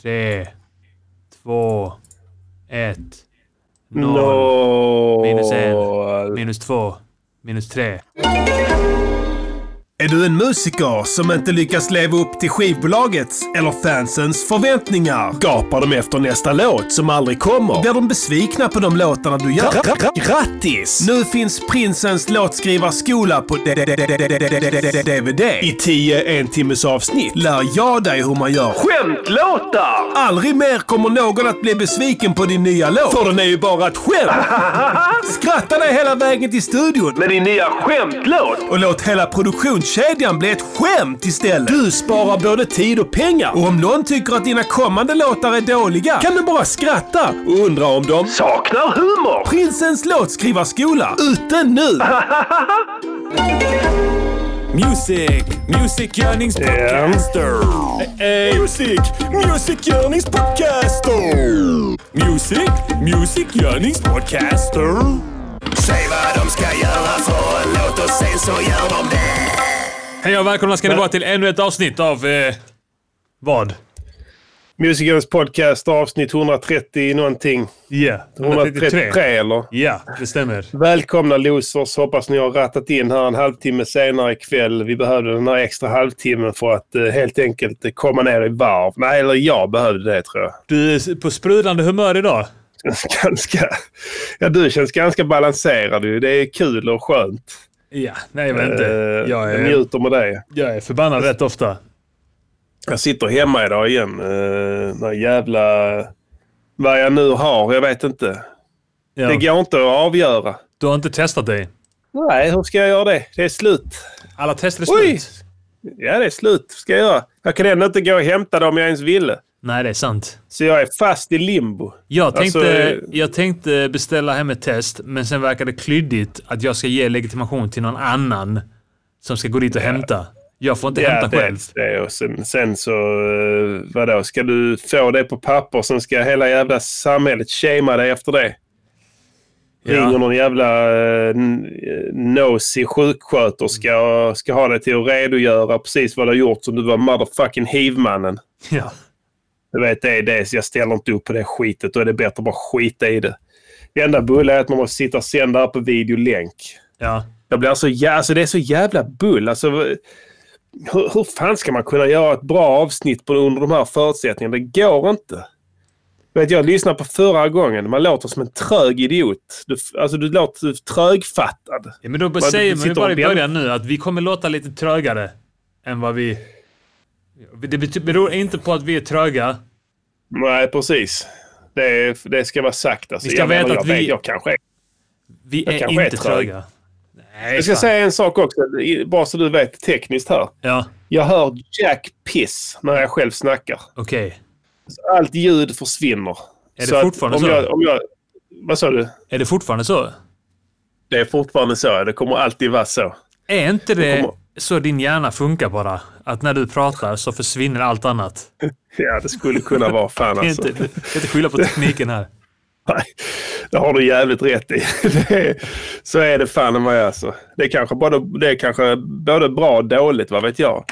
3, 2, 1, 0, minus 1, minus 2, minus 3. Är du en musiker som inte lyckas leva upp till skivbolagets eller fansens förväntningar? Gapar de efter nästa låt som aldrig kommer? Blir de besvikna på de låtarna du gör? Grattis! Nu finns Prinsens låtskrivarskola på DVD. I 10 entimmes avsnitt lär jag dig hur man gör skämtlåtar! Aldrig mer kommer någon att bli besviken på din nya låt. För den är ju bara ett skämt! Skratta dig hela vägen till studion med din nya skämtlåt. Och låt hela produktionskedjan bli ett skämt istället. Du sparar både tid och pengar. Och om någon tycker att dina kommande låtar är dåliga kan du bara skratta och undra om de saknar humor. Prinsens låtskrivarskola. Ute nu! Musikgörningspodcaster. Musikgörningspodcaster. Säg vad de ska göra för en låt och sen så gör de det. Hej och välkomna ska ni vara till ännu ett avsnitt av... vad? Musikernas podcast avsnitt 130 någonting. Ja, 133 eller? Ja, det stämmer. Välkomna losers. Hoppas ni har rattat in här en halvtimme senare ikväll. Vi behövde den här extra halvtimmen för att helt enkelt komma ner i varv. Nej, eller jag behövde det tror jag. Du är på sprudlande humör idag. Du känns ganska balanserad. Det är kul och skönt. Ja, nej jag vet inte. Jag njuter med det. Jag är förbannad rätt ofta. Jag sitter hemma idag igen. Jävla... Vad jag nu har, jag vet inte. Ja. Det går inte att avgöra. Du har inte testat dig? Nej, hur ska jag göra det? Det är slut. Alla tester är slut. Ja, det är slut. Ska jag göra? Jag kan ändå inte gå och hämta dem jag ens ville. Nej, det är sant. Så jag är fast i limbo. Jag tänkte beställa hem ett test, men sen verkar det klyddigt att jag ska ge legitimation till någon annan som ska gå dit och hämta. Jag får inte hämta själv. Det och sen så, vadå, ska du få det på papper, sen ska hela jävla samhället shama dig efter det. Ringer någon jävla nosy sjuksköterska och ska ha dig till att redogöra precis vad du har gjort som du var motherfucking hivmannen. Ja. Du vet, det är det. Jag ställer inte upp på det skitet. Då är det bättre att bara skita i det. Det enda bull är att man måste sitta och sända här på videolänk. Ja. Jag blir alltså det är så jävla bull. Alltså, hur fan ska man kunna göra ett bra avsnitt under de här förutsättningarna? Det går inte. Jag lyssnade på förra gången. Man låter som en trög idiot. Du låter trögfattad. Ja, men då säger man ju bara i början nu att vi kommer låta lite trögare än vad vi... Det beror inte på att vi är tröga. Nej, precis. Det ska vara sagt. Alltså, vi ska veta att jag kanske vi är inte tröga. Nej, jag ska säga en sak också. Bara så du vet tekniskt här. Ja. Jag hör Jack Piss när jag själv snackar. Okej. Okay. Allt ljud försvinner. Är det fortfarande så? Vad sa du? Är det fortfarande så? Det är fortfarande så. Det kommer alltid vara så. Är inte det så din hjärna funkar bara? Att när du pratar så försvinner allt annat? Ja, det skulle kunna vara fan alltså. Det är inte skylla på tekniken här. Nej, det har du jävligt rätt i. Så är det fan vad jag alltså. Det är kanske både bra och dåligt, vad vet jag.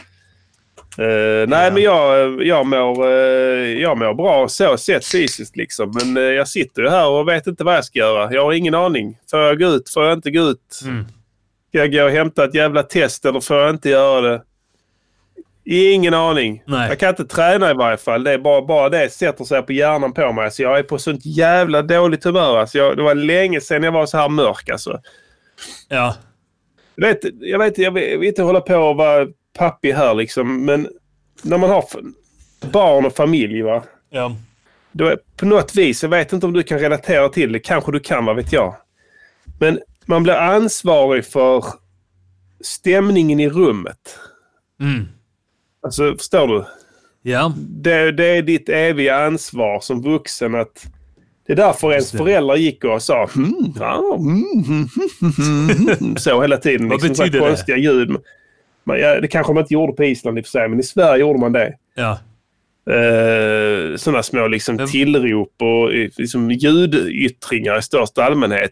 Nej, men jag mår bra så sett fysiskt liksom. Men jag sitter ju här och vet inte vad jag ska göra. Jag har ingen aning. Får jag gå ut? Får jag inte gå ut? Ska jag gå och hämta ett jävla test eller får jag inte göra det? Ingen aning. Nej. Jag kan inte träna i varje fall. Det är bara det sätter sig på hjärnan på mig. Så jag är på sånt jävla dåligt humör. Alltså det var länge sedan jag var så här mörk alltså. Ja. Jag vill inte hålla på och vara pappi här liksom. Men när man har barn och familj, va? Ja. Då är, på något vis, jag vet inte om du kan relatera till det. Kanske du kan, vad vet jag. Men man blir ansvarig för stämningen i rummet. Alltså, förstår du? Ja. Det är ditt eviga ansvar som vuxen att... Det är därför ens föräldrar gick och sa så hela tiden. Vad liksom, betyder så konstiga ljud. Det kanske man inte gjorde på Island i och för sig, men i Sverige gjorde man det. Ja. Sådana små liksom, tillrop och liksom, ljudyttringar i största allmänhet.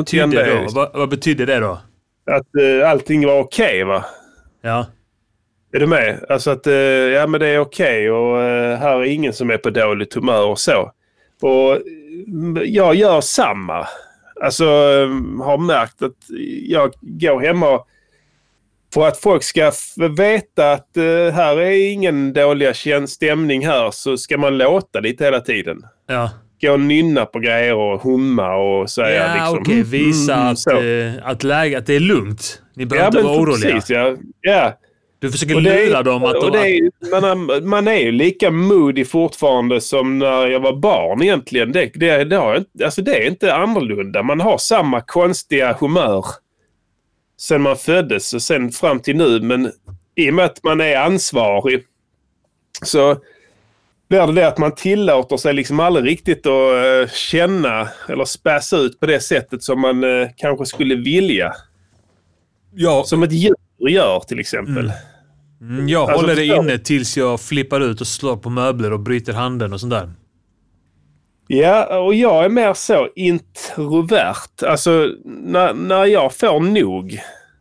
Vad betyder det då? Att allting var okej, va? Ja. Är du med? Alltså att ja, men det är okej och här är ingen som är på dåligt humör och så. Och jag gör samma. Alltså har märkt att jag går hemma för att folk ska veta att här är ingen dåliga stämning här, så ska man låta lite hela tiden. Ja. Gå och nynna på grejer och humma och säga Ja, liksom... okej. Visa att det är lugnt. Ni behöver inte vara oroliga. Precis, ja. Du försöker lura dem att... Man är ju lika moody fortfarande som när jag var barn egentligen. Det är inte annorlunda. Man har samma konstiga humör sen man föddes och sen fram till nu. Men i och med att man är ansvarig så blir det att man tillåter sig liksom aldrig riktigt att känna eller späsa ut på det sättet som man kanske skulle vilja. Ja. Som ett djur gör till exempel. Jag håller det inne tills jag flippar ut och slår på möbler och bryter handen och sånt där. Ja, och jag är mer så introvert. Alltså, när jag får nog,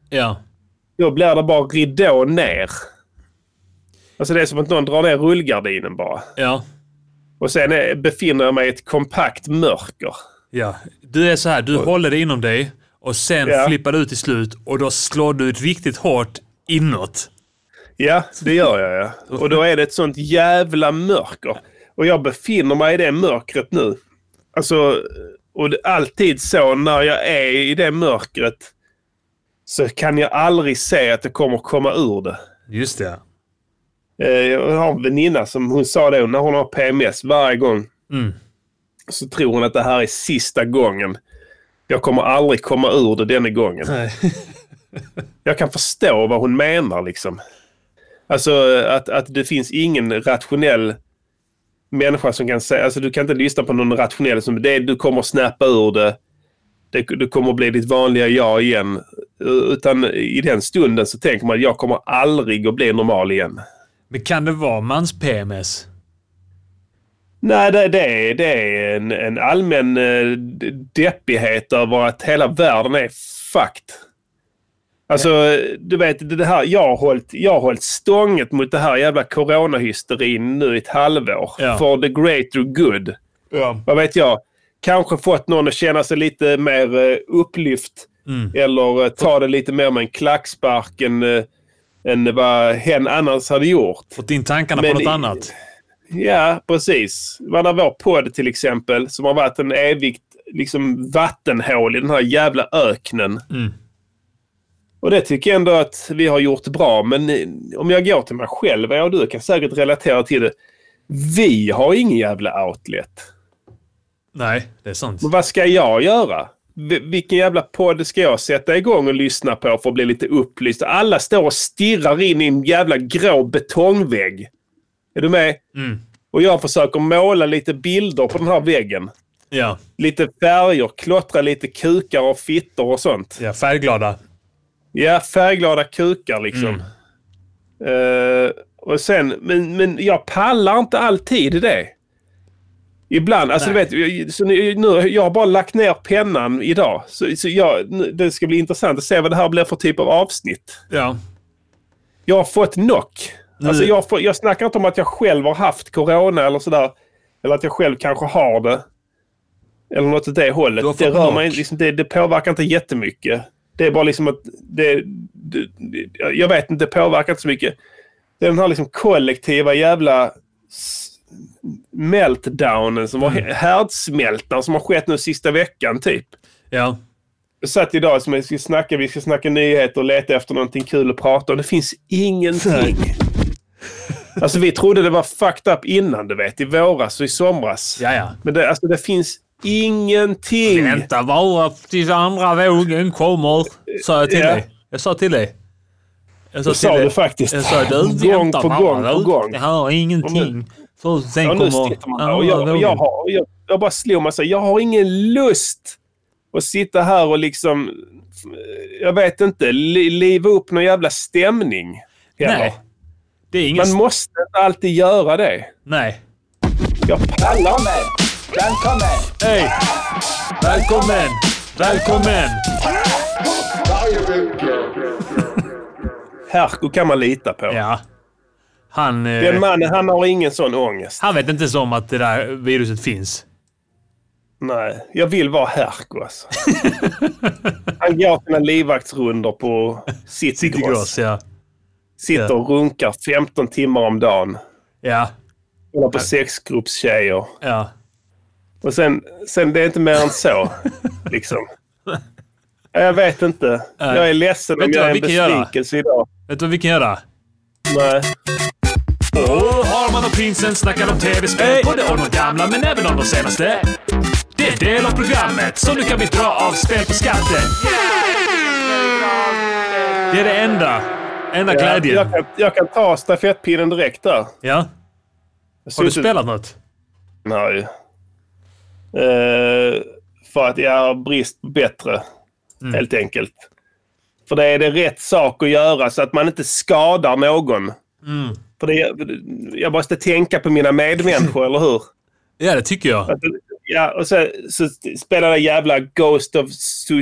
då blir det bara ridå ner. Alltså det är som att någon drar ner rullgardinen bara. Ja. Och sen befinner jag mig i ett kompakt mörker. Ja, du är så här, du håller det inom dig och sen flippar du ut i slut och då slår du riktigt hårt inåt. Ja, det gör jag, ja. Och då är det ett sånt jävla mörker. Och jag befinner mig i det mörkret nu. Alltså, och det är alltid så när jag är i det mörkret så kan jag aldrig se att det kommer komma ur det. Just det. Jag har en väninna som hon sa det när hon har PMS varje gång. Så tror hon att det här är sista gången. Jag kommer aldrig komma ur det denna gången. Nej. Jag kan förstå vad hon menar liksom. Alltså att det finns ingen rationell människa som kan säga, alltså du kan inte lyssna på någon rationell som det, du kommer snappa ur det. Du kommer bli ditt vanliga jag igen. Utan i den stunden så tänker man att jag kommer aldrig att bli normal igen. Men kan det vara mans PMS? Nej, det är en allmän deppighet över att hela världen är fucked. Alltså, du vet, det här, jag har hållit stånget mot det här jävla coronahysterin nu i ett halvår. Ja. For the greater good. Ja. Vad vet jag? Kanske fått någon att känna sig lite mer upplyft. Eller ta det lite mer med en klackspark än vad hen annars hade gjort. Fått in tankarna på något annat. Ja, precis. Man har vår podd till exempel som har varit en evigt liksom, vattenhål i den här jävla öknen. Och det tycker jag ändå att vi har gjort bra. Men om jag går till mig själv, och du kan säkert relatera till det. Vi har ingen jävla outlet. Nej, det är sant. Men vad ska jag göra? Vilken jävla podd ska jag sätta igång och lyssna på för att bli lite upplyst? Alla står och stirrar in i en jävla grå betongvägg. Är du med? Och jag försöker måla lite bilder på den här väggen. Ja. Lite färger, klottra lite kukar och fittor och sånt. Ja, färgglada. Ja, färgglada kukar liksom. Och sen, men jag pallar inte alltid det. Ibland, alltså du vet, så nu, jag har bara lagt ner pennan idag. Så det ska bli intressant att se vad det här blir för typ av avsnitt. Ja. Jag har fått knock. Alltså jag snackar inte om att jag själv har haft corona eller sådär. Eller att jag själv kanske har det. Eller något åt det hållet. Det rör mig liksom, det påverkar inte jättemycket. Det är bara liksom att jag vet inte, det påverkar inte så mycket. Det är den här liksom kollektiva jävla meltdownen som var härdsmältan som har skett nu sista veckan typ. Ja. Jag satt idag som vi ska snacka nyheter och leta efter någonting kul att prata om. Det finns ingenting. Alltså vi trodde det var fucked up innan, du vet, i våras och i somras. Ja. Men det finns ingenting. Vänta bara tills andra vågen kommer, sa jag till dig. Jag sa till dig. Det sa du faktiskt. Jag sa du, gång på gång. Det här är ingenting. Så sen nu sitter man där. Och jag bara slår mig så. Jag har ingen lust att sitta här och liksom, jag vet inte, liva upp någon jävla stämning. Heller. Nej. Det är ingen... Man måste inte alltid göra det. Nej. Jag pallar med. Välkommen! Hej! Välkommen! Herko kan man lita på. Ja. Den mannen, han har ingen sån ångest. Han vet inte ens om att det där viruset finns. Nej, jag vill vara Herko alltså. Han går sina livvaktsrundor på Citygross. Ja. Sitter och runkar 15 timmar om dagen. Ja. Kollar på sexgruppstjejer. Ja. Och sen det är inte mer än så. Liksom. Jag vet inte. Jag är ledsen om jag är en besvikelse idag. Vet du vad vi kan göra? Nej. Harman och Prinsen snackar om tv-spel. Både om de gamla men även om de senaste. Det är del av programmet som du kan dra av spel på skatten. Det är det enda glädjen. Jag kan ta stafettpinnen direkt där. Ja. Har du spelat något? Nej. För att jag har brist på bättre. Helt enkelt. För det är det rätt sak att göra så att man inte skadar någon. För jag måste tänka på mina medmänniskor, eller hur? Ja, det tycker jag. Ja, och så spelar det jävla Ghost of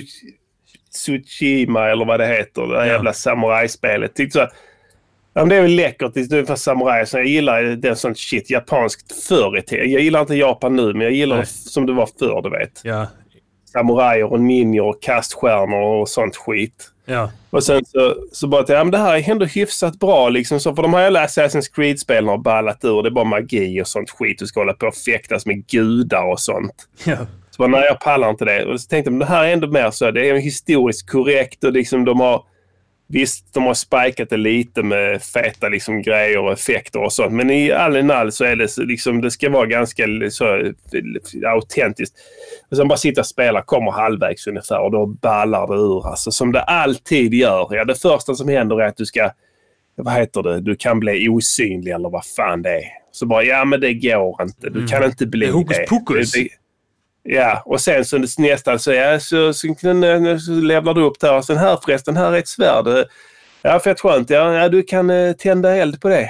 Tsushima eller vad det heter. Det jävla samurajspelet. Tyckte så att det är väl läckert för samurai. Så jag gillar den sån shit japanskt förr i tiden. Jag gillar inte Japan nu, men jag gillar som det var förr, du vet. Ja. Samurajer och ninjor och kaststjärnor och sånt skit. Ja. Och sen så bara att men det här är ändå hyfsat bra liksom. Så för de här jävla Assassin's Creed-spelen har ballat ur. Det är bara magi och sånt skit. Du ska hålla på och fäktas med gudar och sånt. Ja. Så bara, nej, jag pallar inte det. Och så tänkte jag, men det här är ändå mer så. Det är historiskt korrekt och liksom de har spikat det lite med feta liksom grejer och effekter och sånt. Men i all så är det liksom, det ska vara ganska så autentiskt. Och sen bara sitta och spela, kommer halvvägs ungefär och då ballar det ur. Alltså, som det alltid gör. Ja, det första som händer är att du ska, vad heter det? Du kan bli osynlig eller vad fan det är. Så bara, men det går inte. Du kan inte bli det. Hokus pokus. Ja, och sen så nästan så levlar du upp där. Och sen här förresten, här är ett svärd. Ja, fett skönt. Ja, du kan tända eld på det.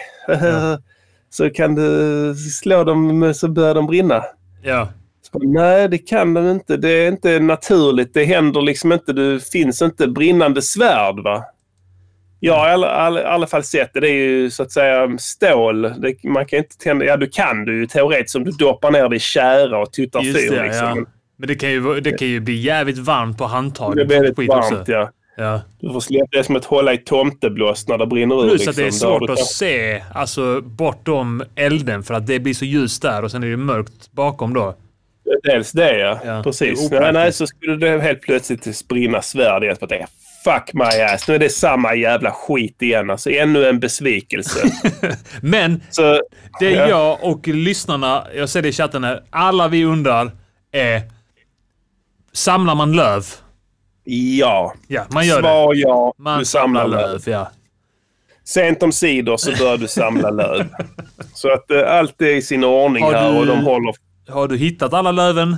Så kan du slå dem så börjar de brinna. Ja. Så, nej, det kan de inte. Det är inte naturligt. Det händer liksom inte. Det finns inte brinnande svärd, va? Jag har i alla fall sett det. Det är ju så att säga stål. Man kan inte tända. Ja, du kan ju teoretiskt som du doppar ner det i kära och tuttar fyr. Liksom. Ja. Men det kan ju bli jävligt varmt på handtaget. Det blir väldigt varmt, ja. Du får släppa det som att hålla i tomteblås när det brinner ur. Plus att det är svårt att se alltså, bortom elden för att det blir så ljust där och sen är det mörkt bakom då. Dels det, ja. Precis. Nej, så skulle det helt plötsligt brinna svärd igen på det. Fuck my ass. Nu är det samma jävla skit igen. Alltså ännu en besvikelse. Men så, det är jag och lyssnarna, jag ser det i chatten här, alla vi undrar är, samlar man löv? Ja. Ja, man gör Svar det. Ja, man du samlar löv. Ja. Sent om sidor så bör du samla löv. Så att allt är i sin ordning här och de håller... Har du hittat alla löven?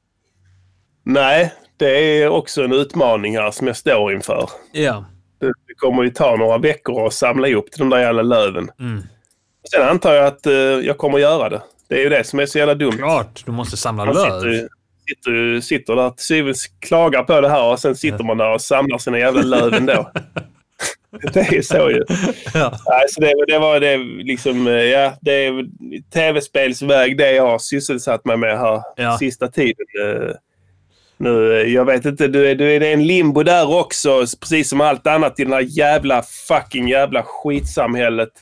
Nej. Det är också en utmaning här som jag står inför. Ja. Det kommer ju ta några veckor att samla ihop till de där jävla löven. Sen antar jag att jag kommer göra det. Det är ju det som är så jävla dumt. Klart, du måste samla löv. Sitter där till syvende klagar på det här och sen sitter man där och samlar sina jävla löv ändå. Det är så ju. Ja. Alltså det var det liksom, det är tv-spelsväg det jag har sysselsatt mig med här sista tiden. Nu, jag vet inte, du är en limbo där också, precis som allt annat i den här jävla skitsamhället.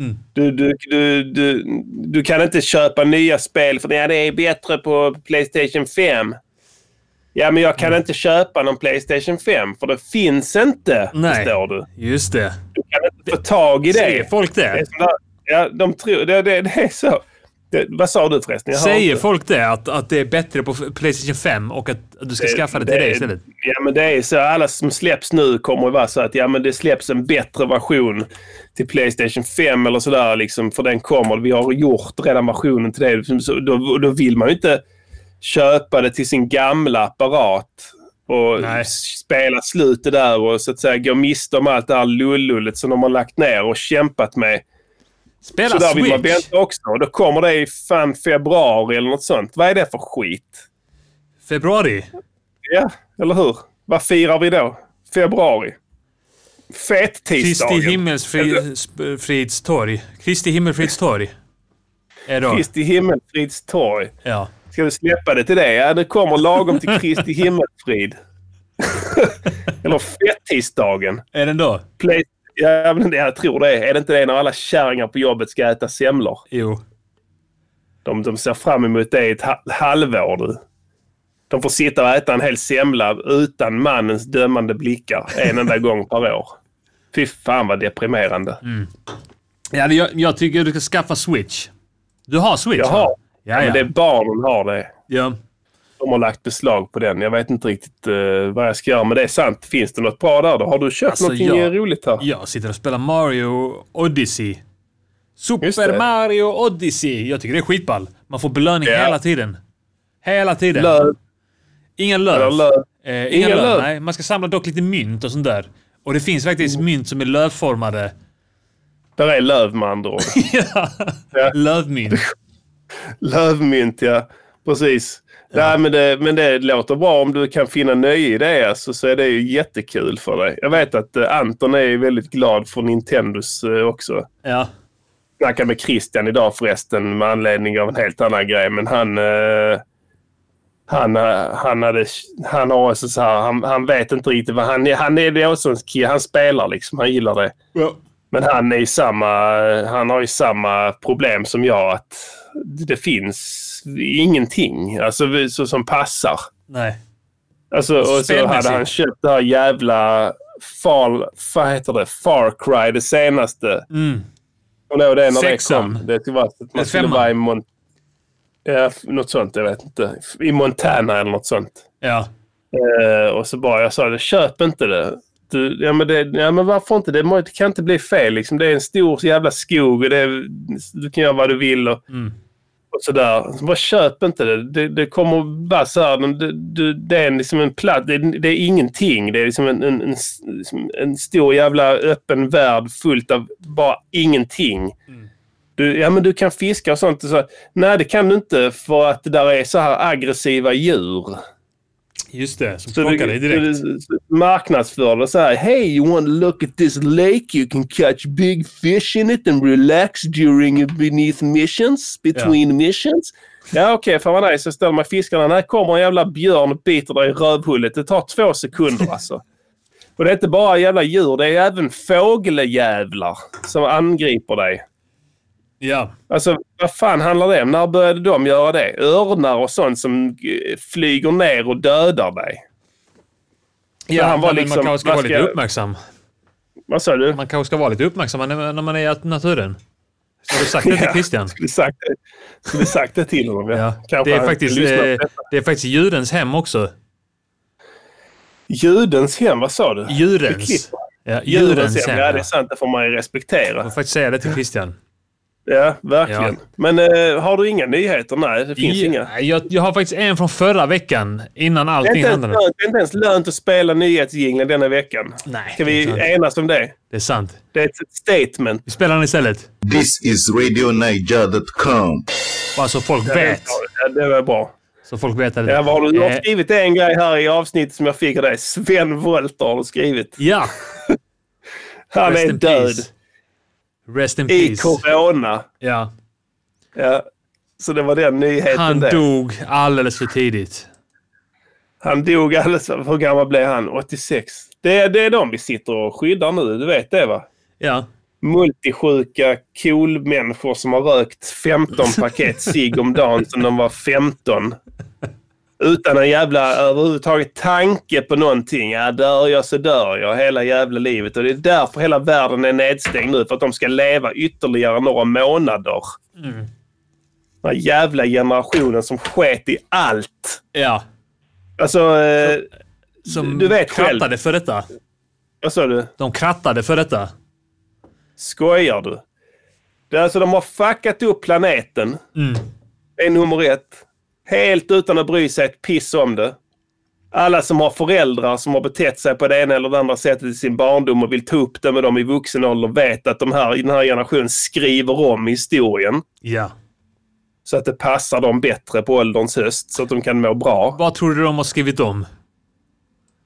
Du kan inte köpa nya spel för det är bättre på PlayStation 5. Ja, men jag kan inte köpa någon PlayStation 5 för det finns inte, förstår du. Just det. Du kan inte få tag i det. Säger folk det? Ja, de tror det är så. Vad sa du förresten? Säger folk det? Att det är bättre på PlayStation 5 och att du ska skaffa det till dig istället? Ja, men det är så. Alla som släpps nu kommer att vara så att men det släpps en bättre version till PlayStation 5 eller sådär liksom, för den kommer. Vi har gjort redan versionen till det. Så då vill man ju inte köpa det till sin gamla apparat och spela slutet där och så att säga gå miste om allt det här lullullet som de har lagt ner och kämpat med. Spela så där Switch. Vill man vänta också. Och då kommer det i februari eller något sånt. Vad är det för skit? Februari? Ja, eller hur? Vad firar vi då? Februari. Fettisdagen. Kristi Himmelsfridstorg. Är då. Kristi Himmelsfridstorg. Ja. Ska du släppa det till det? Ja, det kommer lagom till Kristi Himmelsfrid. Eller fettisdagen. Är den då? Ja, men jag tror det. Är det inte det när alla kärringar på jobbet ska äta semlor? Jo. De ser fram emot det i ett halvår, du. De får sitta och äta en hel semla utan mannens dömande blickar en enda gång per år. Fy fan vad deprimerande. Mm. Ja, jag tycker du ska skaffa Switch. Du har Switch, Jag har. Ja. Men det är barnen har det. Ja. De har lagt beslag på den. Jag vet inte riktigt vad jag ska göra, men det är sant. Finns det något bra där då? Har du köpt någonting roligt här? Jag sitter och spelar Mario Odyssey. Super Mario Odyssey. Jag tycker det är skitball. Man får belöning hela tiden. Hela tiden. Löv. Ingen löv. Ingen löv. Nej, man ska samla dock lite mynt och sånt där. Och det finns faktiskt mynt som är lövformade. Där är löv med andra ord. Ja. Lövmynt. Lövmynt, ja. Precis. Ja. Nej, men det låter bra om du kan finna nöje i det. Alltså, så är det ju jättekul för dig. Jag vet att Anton är väldigt glad för Nintendos också. Ja. Jag snackade med Christian idag förresten med anledning av en helt annan grej. Men han har också så här, han vet inte riktigt vad han är det också en kille, han spelar liksom, han gillar det. Ja. Men han har ju samma problem som jag, att det finns ingenting alltså som passar. Nej. Alltså, och så hade han köpt det här jävla Far Cry, det senaste. Mm. Och då det när Sexan. Det kom. Det var att man skulle vara i något sånt, jag vet inte. I Montana eller något sånt. Ja. Och så bara, jag sa det, köp inte det. Men varför inte? Det kan inte bli fel liksom. Det är en stor jävla skog och du kan göra vad du vill och sådär. Så bara köp inte det. Det kommer bara så här, det är liksom en platt, det är ingenting. Det är liksom en stor jävla öppen värld fullt av bara ingenting. Du kan fiska och sånt. Och så. Nej, det kan du inte för att det där är så här aggressiva djur. Just det, som plockar dig direkt. Marknadsför det så här. Hey, you want to look at this lake? You can catch big fish in it and relax beneath missions, between missions. Ja, okej, fan vad nice. Så ställer man fiskarna. När kommer en jävla björn och biter dig i rövhullet. Det tar 2 sekunder alltså. Och det är inte bara jävla djur, det är även fågeljävlar som angriper dig. Ja. Alltså, vad fan handlar det om? När började de göra det? Örnar och sånt som flyger ner och dödar dig. Ja, han var liksom, man kanske ska vara lite uppmärksam. Vad sa du? Man kanske ska vara lite uppmärksam när man är i naturen. Har du sagt det till Christian? Skulle sagt det till honom, ja. Det är faktiskt djurens hem också. Djurens hem, vad sa du? Djurens. Ja, djurens hem. Ja, det är sant, det får man ju respektera. Jag får faktiskt säga det till Christian. Ja, verkligen. Ja. Men har du inga nyheter? Nej, det finns inga. Jag har faktiskt en från förra veckan innan allting hände. Det är inte ens lönt att spela nyhetsjinglen denna veckan. Nej. Ska vi enas om det? Det är sant. Det är ett statement. Vi spelar den istället. This is RadioNiger.com. Bara så folk vet. Det var bra. Så folk vet det. Ja, du har skrivit en grej här i avsnittet som jag fick av dig. Sven Wollter har du skrivit. Ja. Han är död. Rest in peace. I corona. Ja. Ja. Så det var den nyheten. Han dog alldeles för tidigt. Han dog alldeles för... Hur gammal blev han? 86. Det är de vi sitter och skyddar nu. Du vet det, va? Ja. Multisjuka, cool människor som har rökt 15 paket cigg om dagen sedan de var 15. Utan en jävla överhuvudtaget tanke på någonting. Ja, dör jag så dör jag hela jävla livet. Och det är därför hela världen är nedstängd nu. För att de ska leva ytterligare några månader. Mm. Den här jävla generationen som sket i allt. Ja. Alltså, som du vet själv. De krattade för detta. Vad sa du? De krattade för detta. Skojar du? Det är alltså, de har fuckat upp planeten. Mm. Det är nummer 1. Helt utan att bry sig ett piss om det. Alla som har föräldrar som har betett sig på det ena eller det andra sättet i sin barndom och vill ta upp det med dem i vuxen ålder vet att den här generationen skriver om historien. Ja. Så att det passar dem bättre på ålderns höst så att de kan må bra. Vad tror du de har skrivit om?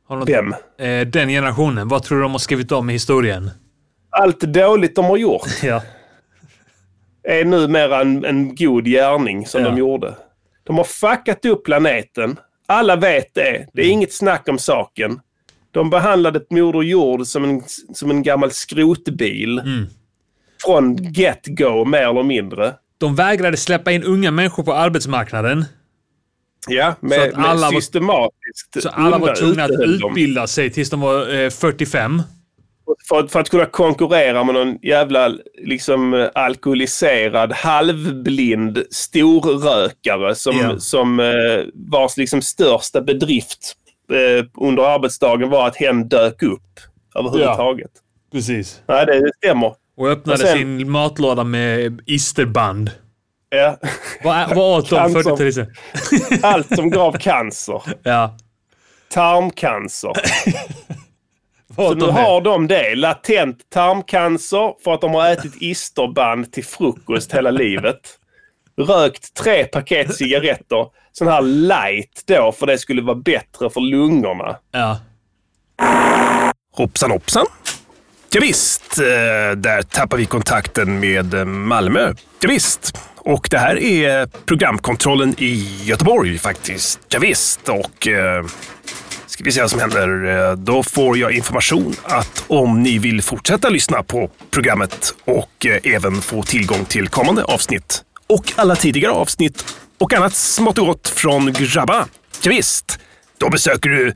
Vem? Den generationen. Vad tror du de har skrivit om i historien? Allt dåligt de har gjort Ja. är numera en god gärning som de gjorde. De har fuckat upp planeten. Alla vet det. Det är inget snack om saken. De behandlade Moder Jord som en gammal skrotbil. Från get-go, mer eller mindre. De vägrade släppa in unga människor på arbetsmarknaden. Ja, med systematiskt. Så alla var tvungna att utbilda sig tills de var 45. För att kunna konkurrera med någon jävla liksom alkoholiserad, halvblind storrökare som vars liksom största bedrift under arbetsdagen var att hen dök upp överhuvudtaget. Ja, precis. Nej, det stämmer. Och öppnade sin matlåda med isterband. Ja. Vad åt de 40-talister? Allt som gav cancer. Ja. Tarmcancer. Så nu har de det. Latent tarmcancer för att de har ätit isterband till frukost hela livet. Rökt 3 paket cigaretter. Sån här light då, för det skulle vara bättre för lungorna. Ja. Hoppsan hoppsan. Ja, visst, där tappar vi kontakten med Malmö. Ja, visst. Och det här är programkontrollen i Göteborg faktiskt. Ja, visst. Och ska vi se vad som händer. Då får jag information att om ni vill fortsätta lyssna på programmet och även få tillgång till kommande avsnitt och alla tidigare avsnitt och annat smått och gott från grabba. Ja, visst. Då besöker du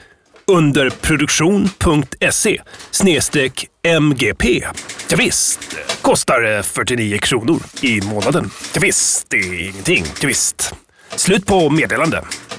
underproduktion.se/MGP. Ja, visst. Kostar 49 kronor i månaden. Ja, visst. Det är ingenting. Ja, visst. Slut på meddelande.